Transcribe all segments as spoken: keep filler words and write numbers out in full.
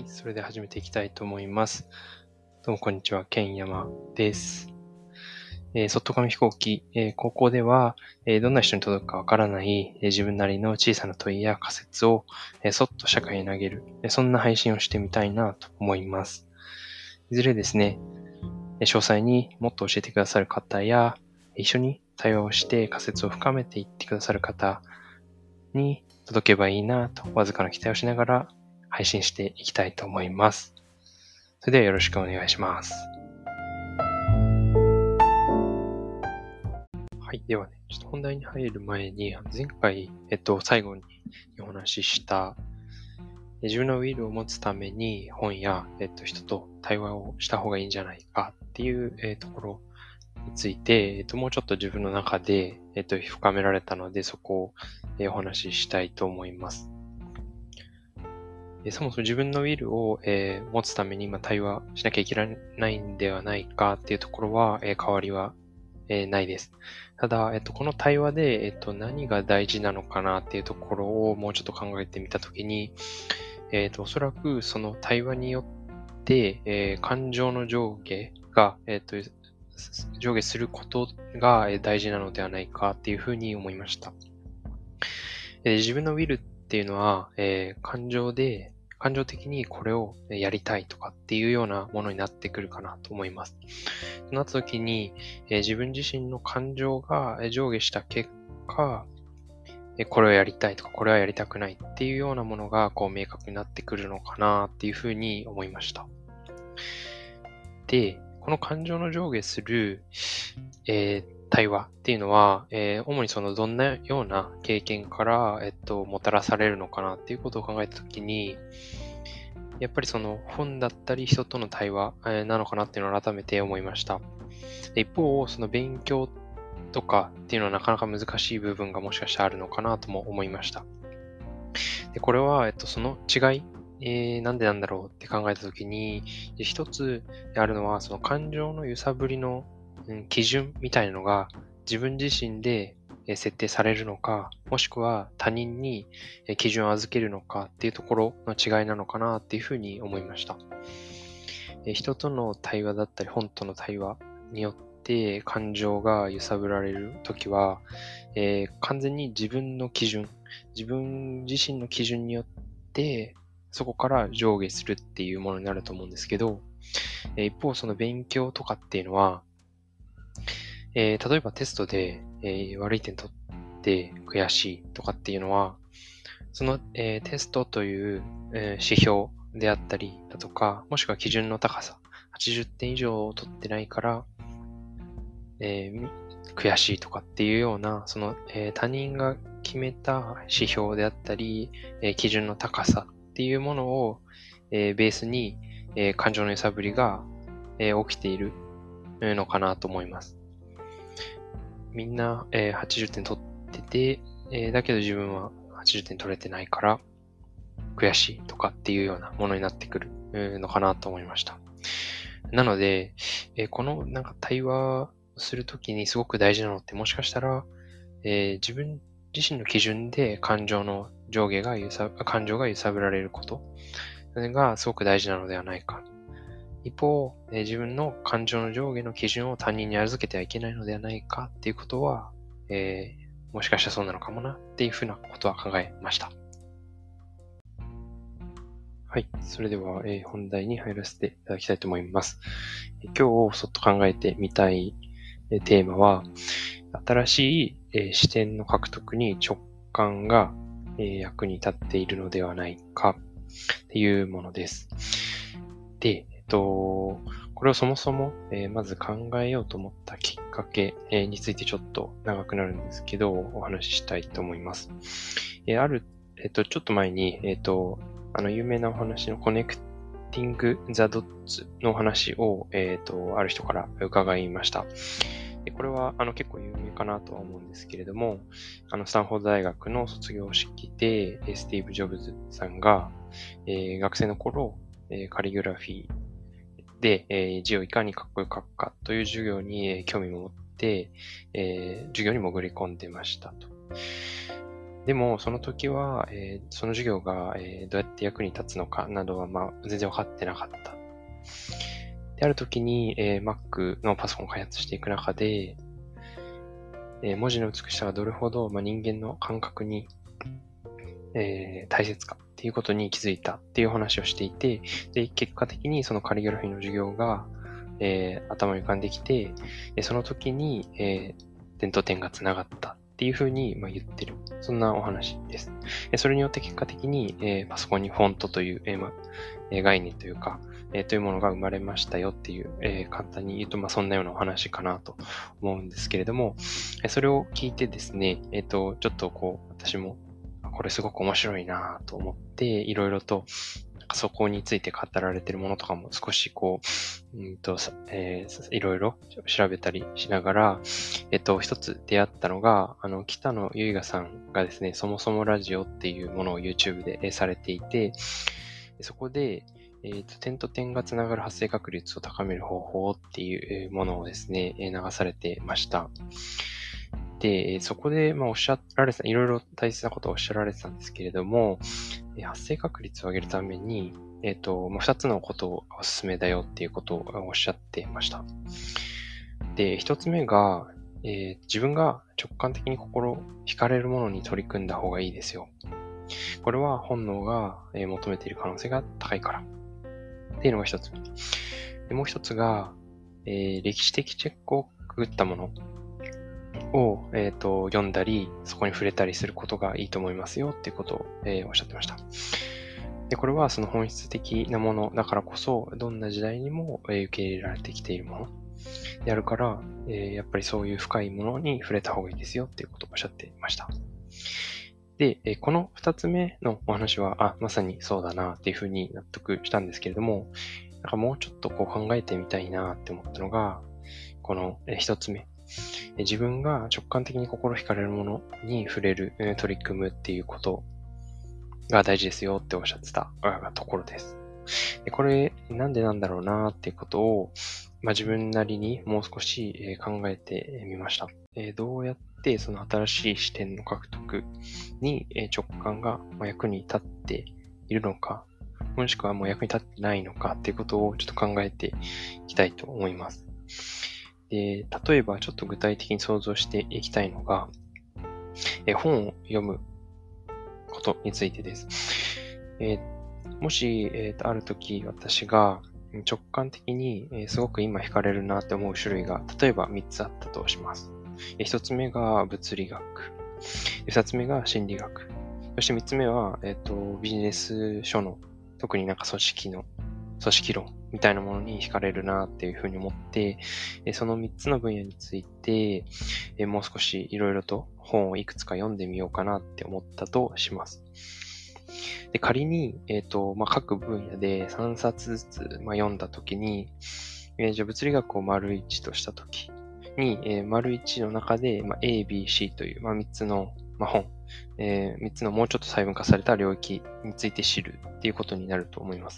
それでは始めていきたいと思います。どうもこんにちは、ケンヤマです。えー、外紙飛行機、えー、高校では、えー、どんな人に届くかわからない、えー、自分なりの小さな問いや仮説を、えー、そっと社会に投げる、えー、そんな配信をしてみたいなと思います。いずれですね、えー、詳細にもっと教えてくださる方や、一緒に対話をして仮説を深めていってくださる方に届けばいいなとわずかな期待をしながら配信していきたいと思います。それではよろしくお願いします。はい。ではね、ちょっと本題に入る前に、前回、えっと、最後にお話しした、自分のウィルを持つために本や、えっと、人と対話をした方がいいんじゃないかっていう、えー、ところについて、えっと、もうちょっと自分の中で、えっと、深められたので、そこを、えー、お話ししたいと思います。そもそも自分のウィルを、えー、持つために今対話しなきゃいけないんではないかっていうところは、えー、変わりは、えー、ないです。ただ、えっと、この対話で、えっと、何が大事なのかなっていうところをもうちょっと考えてみたときに、えっと、おそらくその対話によって、えー、感情の上下が、えっと、上下することが大事なのではないかっていうふうに思いました。えー、自分のウィルっていうのは、えー、感情で、感情的にこれをやりたいとかっていうようなものになってくるかなと思います。そうなった時に、えー、自分自身の感情が上下した結果、えー、これをやりたいとかこれはやりたくないっていうようなものがこう明確になってくるのかなっていうふうに思いました。で、この感情の上下する、えー対話っていうのは、えー、主にそのどんなような経験から、えっと、もたらされるのかなっていうことを考えたときに、やっぱりその本だったり人との対話、えー、なのかなっていうのを改めて思いました。一方、その勉強とかっていうのはなかなか難しい部分がもしかしたらあるのかなとも思いました。でこれは、えっと、その違い、えー、なんでなんだろうって考えたときに、一つあるのは、その感情の揺さぶりのうん、基準みたいなのが自分自身で設定されるのか、もしくは他人に基準を預けるのかっていうところの違いなのかなっていうふうに思いました。人との対話だったり本との対話によって感情が揺さぶられるときは、えー、完全に自分の基準、自分自身の基準によってそこから上下するっていうものになると思うんですけど、一方その勉強とかっていうのは、えー、例えばテストで、えー、悪い点取って悔しいとかっていうのは、その、えー、テストという、えー、指標であったりだとか、もしくは基準の高さ、はちじゅってん以上取ってないから、えー、悔しいとかっていうような、その、えー、他人が決めた指標であったり、えー、基準の高さっていうものを、えー、ベースに、えー、感情の揺さぶりが、えー、起きているのかなと思います。みんな、えー、はちじゅってん取ってて、えー、だけど自分ははちじゅってん取れてないから悔しいとかっていうようなものになってくるのかなと思いました。なので、えー、このなんか対話するときにすごく大事なのってもしかしたら、えー、自分自身の基準で感情の上下が揺さ、感情が揺さぶられること、それがすごく大事なのではないか。一方、えー、自分の感情の上下の基準を他人に預けてはいけないのではないかっていうことは、えー、もしかしたらそうなのかもなっていうふうなことは考えました。はい。それでは、えー、本題に入らせていただきたいと思います。今日、そっと考えてみたい、えー、テーマは、新しい、えー、視点の獲得に直感が、えー、役に立っているのではないかっていうものです。で、えっと、これをそもそも、えー、まず考えようと思ったきっかけ、えー、についてちょっと長くなるんですけど、お話ししたいと思います。えー、ある、えっと、ちょっと前に、えっと、あの、有名なお話のコネクティング・ザ・ドッツの話を、えっと、ある人から伺いました。でこれは、あの、結構有名かなとは思うんですけれども、あの、スタンフォード大学の卒業式で、スティーブ・ジョブズさんが、えー、学生の頃、えー、カリグラフィーで、えー、字をいかにかっこよく書くかという授業に、えー、興味を持って、えー、授業に潜り込んでましたと。 でも、その時は、えーその授業が、えーどうやって役に立つのかなどは、まあ、全然分かってなかった。で、ある時に、えー Mac のパソコンを開発していく中で、えー文字の美しさがどれほど、まあ、人間の感覚に、えー大切かっていうことに気づいたっていう話をしていて、で、結果的にそのカリグラフィーの授業が、えー頭に浮かんできて、でその時に、えー点と点がつながったっていうふうに、まあ、言ってる。そんなお話です。でそれによって結果的に、えーパソコンにフォントという、えーまあえー概念というか、えーというものが生まれましたよっていう、えー簡単に言うと、まあ、そんなようなお話かなと思うんですけれども、えーそれを聞いてですね、えっ、と、ちょっとこう、私も、あこれすごく面白いなと思って、いろいろと、なんかそこについて語られているものとかも少しこう、うんと、さえーいろいろ調べたりしながら、えっと、一つ出会ったのが、あの、北野由香さんがですね、そもそもラジオっていうものを YouTube でえーされていて、そこで、えっと、点と点がつながる発生確率を高める方法っていうえーものをですね、えー流されてました。で、えーそこで、まあ、おっしゃられてた、いろいろ大切なことをおっしゃられてたんですけれども、えー発生確率を上げるために、えっと、まあ、二つのことをお勧めだよっていうことをおっしゃってました。で、一つ目が、えー自分が直感的に心惹かれるものに取り組んだ方がいいですよ。これは本能がえー求めている可能性が高いから。っていうのが一つ目。でもう一つが、えー歴史的チェックをくぐったものを、えーと読んだり、そこに触れたりすることがいいと思いますよっていうことを、えーおっしゃってました。で、これはその本質的なものだからこそ、どんな時代にもえー受け入れられてきているものであるから、えーやっぱりそういう深いものに触れた方がいいですよっていうことをおっしゃっていました。で、えーこの二つ目のお話は、あ、まさにそうだなっていうふうに納得したんですけれども、なんかもうちょっとこう考えてみたいなって思ったのが、このえー一つ目。えー自分が直感的に心惹かれるものに触れる、えー取り組むっていうことが大事ですよっておっしゃってたあところです。でこれ、なんでなんだろうなっていうことを、まあ、自分なりにもう少しえー考えてみました。えーどうやってその新しい視点の獲得にえー直感がまあ役に立っているのか、もしくはもう役に立ってないのかっていうことをちょっと考えていきたいと思います。で、例えばちょっと具体的に想像していきたいのが、えー本を読むことについてです。えーもし、えーとある時私がうん直感的に、えーすごく今惹かれるなって思う種類が、例えばみっつあったとします。えーひとつめが物理学。ふたつめが心理学。そしてみっつめは、えっと、ビジネス書の、特になんか組織の、組織論みたいなものに惹かれるなっていうふうに思って、えーそのみっつの分野について、えーもう少しいろいろと本をいくつか読んでみようかなって思ったとします。で、仮に、えっと、まあ、各分野でさんさつずつ、まあ、読んだときに、えーじゃあ物理学を丸いちとしたときに、えー、丸いちの中で、まあ、A、B、C という、まあ、みっつの、まあ、本、えー、みっつのもうちょっと細分化された領域について知るっていうことになると思います。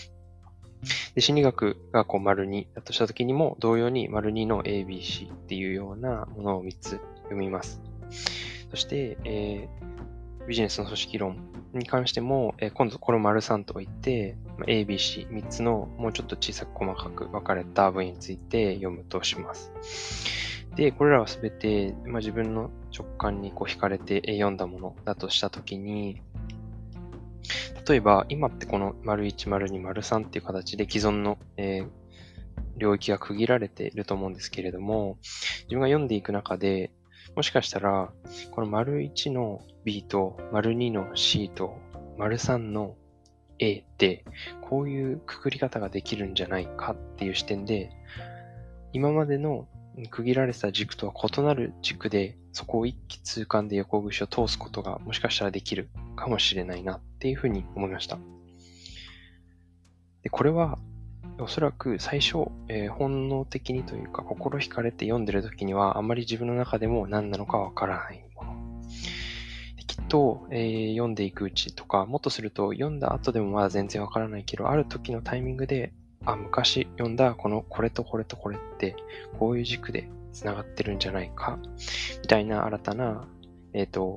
で、心理学がこう丸にだとしたときにも、同様に丸にの A、B、C っていうようなものをみっつ読みます。そして、えービジネスの組織論に関しても、えー今度これを丸さんと置いて、まあ A、B、C、みっつのもうちょっと小さく細かく分かれた分野について読むとします。で、これらはすべて、まあ、自分の直感にこう惹かれてえー読んだものだとしたときに、例えば今ってこの丸いち、丸に、丸さんっていう形で既存の、えー領域が区切られていると思うんですけれども、自分が読んでいく中で、もしかしたら、この丸いちの B と丸にの C と丸さんの A って、こういうくくり方ができるんじゃないかっていう視点で、今までの区切られた軸とは異なる軸で、そこを一気通貫で横串を通すことがもしかしたらできるかもしれないなっていうふうに思いました。で、これはおそらく最初、えー本能的にというか心惹かれて読んでる時にはあまり自分の中でも何なのかわからないもの。できっと、えー読んでいくうちとか、もっとすると読んだ後でもまだ全然わからないけど、ある時のタイミングで、あ、昔読んだこのこれとこれとこれってこういう軸で繋がってるんじゃないか、みたいな新たな、えっと、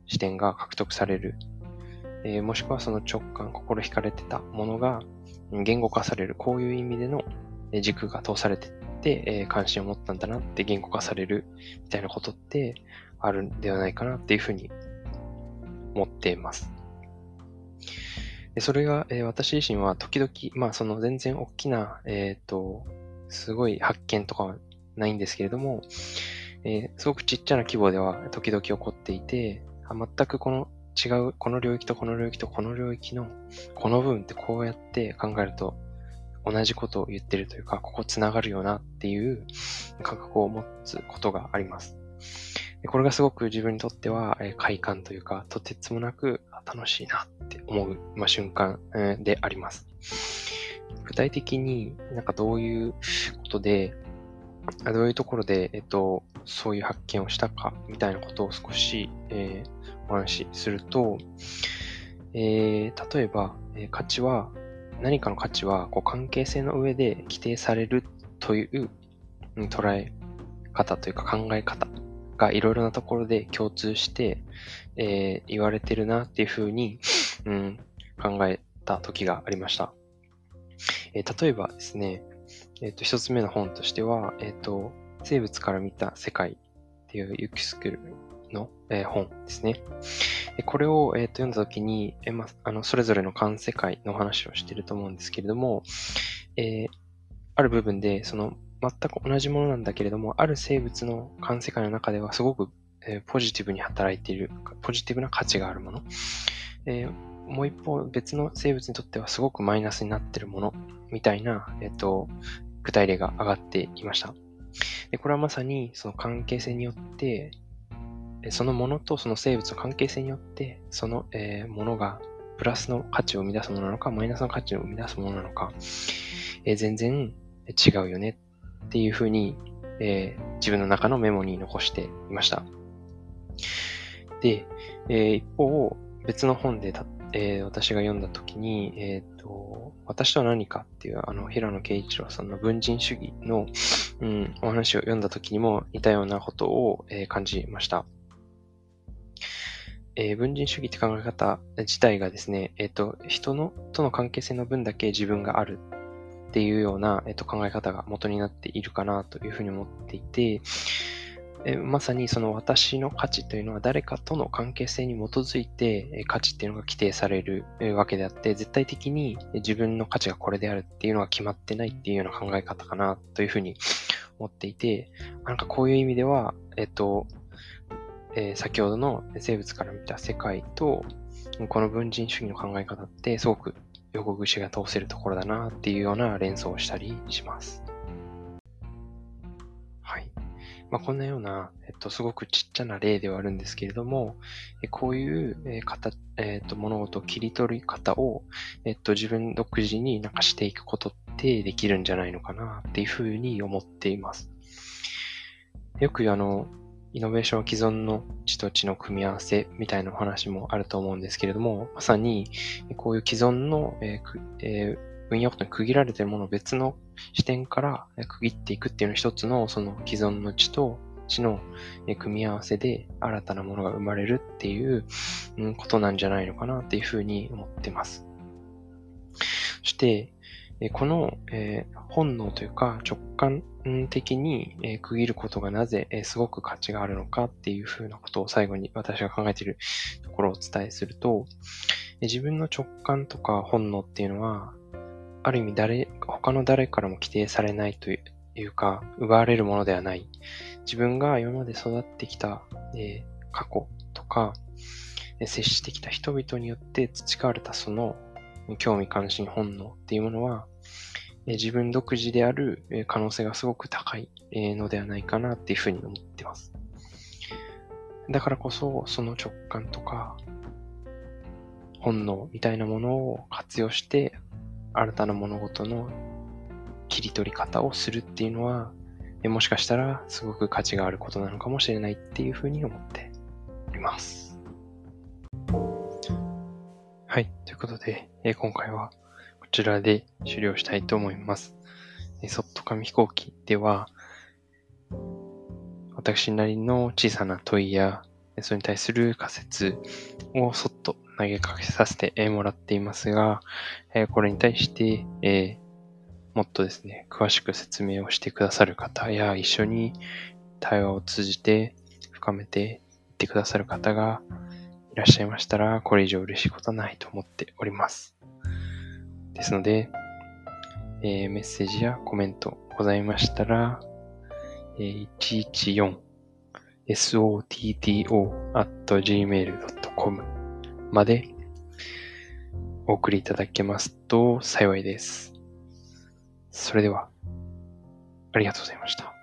視点が獲得される。えー、もしくはその直感、心惹かれてたものが言語化される。こういう意味での軸が通されてって、えー、関心を持ったんだなって言語化されるみたいなことってあるんではないかなっていうふうに思っています。でそれが、えー、私自身は時々、まあその全然大きな、えっと、すごい発見とかはないんですけれども、えー、すごくちっちゃな規模では時々起こっていて、全くこの違う、この領域とこの領域とこの領域のこの部分ってこうやって考えると同じことを言ってるというか、ここつながるよなっていう感覚を持つことがあります。でこれがすごく自分にとっては、えー、快感というか、とてつもなく楽しいなって思う、まあ、瞬間、えー、であります。具体的になんかどういうことで、どういうところで、えっと、そういう発見をしたかみたいなことを少し、えー、お話しすると、えー、例えば、えー、価値は、何かの価値はこう関係性の上で規定されるという、うん、捉え方というか考え方がいろいろなところで共通して、えー、言われてるなっていうふうに、うん、考えた時がありました。えー、例えばですね、えっと、一つ目の本としては、えっと、生物から見た世界っていうユキスクルの、えー、本ですね。でこれを、えっと、読んだときに、えーま、あの、それぞれの環世界の話をしていると思うんですけれども、えー、ある部分で、その、全く同じものなんだけれども、ある生物の環世界の中ではすごく、えー、ポジティブに働いている、ポジティブな価値があるもの。えー、もう一方、別の生物にとってはすごくマイナスになっているもの、みたいな、えっと、具体例が上がっていました。でこれはまさにその関係性によって、そのものとその生物の関係性によって、その、えー、ものがプラスの価値を生み出すものなのか、マイナスの価値を生み出すものなのか、えー、全然違うよねっていうふうに、えー、自分の中のメモに残していました。で、えー、一方、別の本でた、えー、私が読んだときに、えっと、私とは何かっていう、あの、平野啓一郎さんの文人主義の、うん、お話を読んだときにも似たようなことを、えー、感じました。えー、文人主義って考え方自体がですね、えっと、人のとの関係性の分だけ自分があるっていうような、えっと、考え方が元になっているかなというふうに思っていて、えまさにその私の価値というのは誰かとの関係性に基づいて価値っていうのが規定されるわけであって、絶対的に自分の価値がこれであるっていうのが決まってないっていうような考え方かなというふうに思っていて、なんかこういう意味では、えっと、えー、先ほどの生物から見た世界とこの文人主義の考え方ってすごく横串が通せるところだなっていうような連想をしたりします。はい。まあ、こんなような、えっと、すごくちっちゃな例ではあるんですけれども、こういう、えー方えっと、物事を切り取り方を、えっと、自分独自になんかしていくことってできるんじゃないのかなっていうふうに思っています。よくあの、イノベーションは既存の知と知の組み合わせみたいなお話もあると思うんですけれども、まさにこういう既存の、えーえー分野ごとに区切られているものを別の視点から区切っていくっていうのは一つのその既存の知と知の組み合わせで新たなものが生まれるっていうことなんじゃないのかなっていうふうに思っています。そして、この本能というか直感的に区切ることがなぜすごく価値があるのかっていうふうなことを最後に私が考えているところをお伝えすると、自分の直感とか本能っていうのはある意味誰、他の誰からも規定されないというか、奪われるものではない。自分が今まで育ってきた、えー、過去とか、接してきた人々によって培われたその興味関心本能っていうものは、えー、自分独自である可能性がすごく高いのではないかなっていうふうに思っています。だからこそ、その直感とか、本能みたいなものを活用して、新たな物事の切り取り方をするっていうのは、もしかしたらすごく価値があることなのかもしれないっていうふうに思っております。はい。ということで、今回はこちらで終了したいと思います。そっと紙飛行機では、私なりの小さな問いやそれに対する仮説をそっと投げかけさせてもらっていますが、これに対して、えーもっとですね、詳しく説明をしてくださる方や、一緒に対話を通じて深めていってくださる方がいらっしゃいましたら、これ以上嬉しいことはないと思っております。ですので、えー、メッセージやコメントございましたら、えー、いちいちよん ソット アット ジーメール ドット コム までお送りいただけますと幸いです。それでは、ありがとうございました。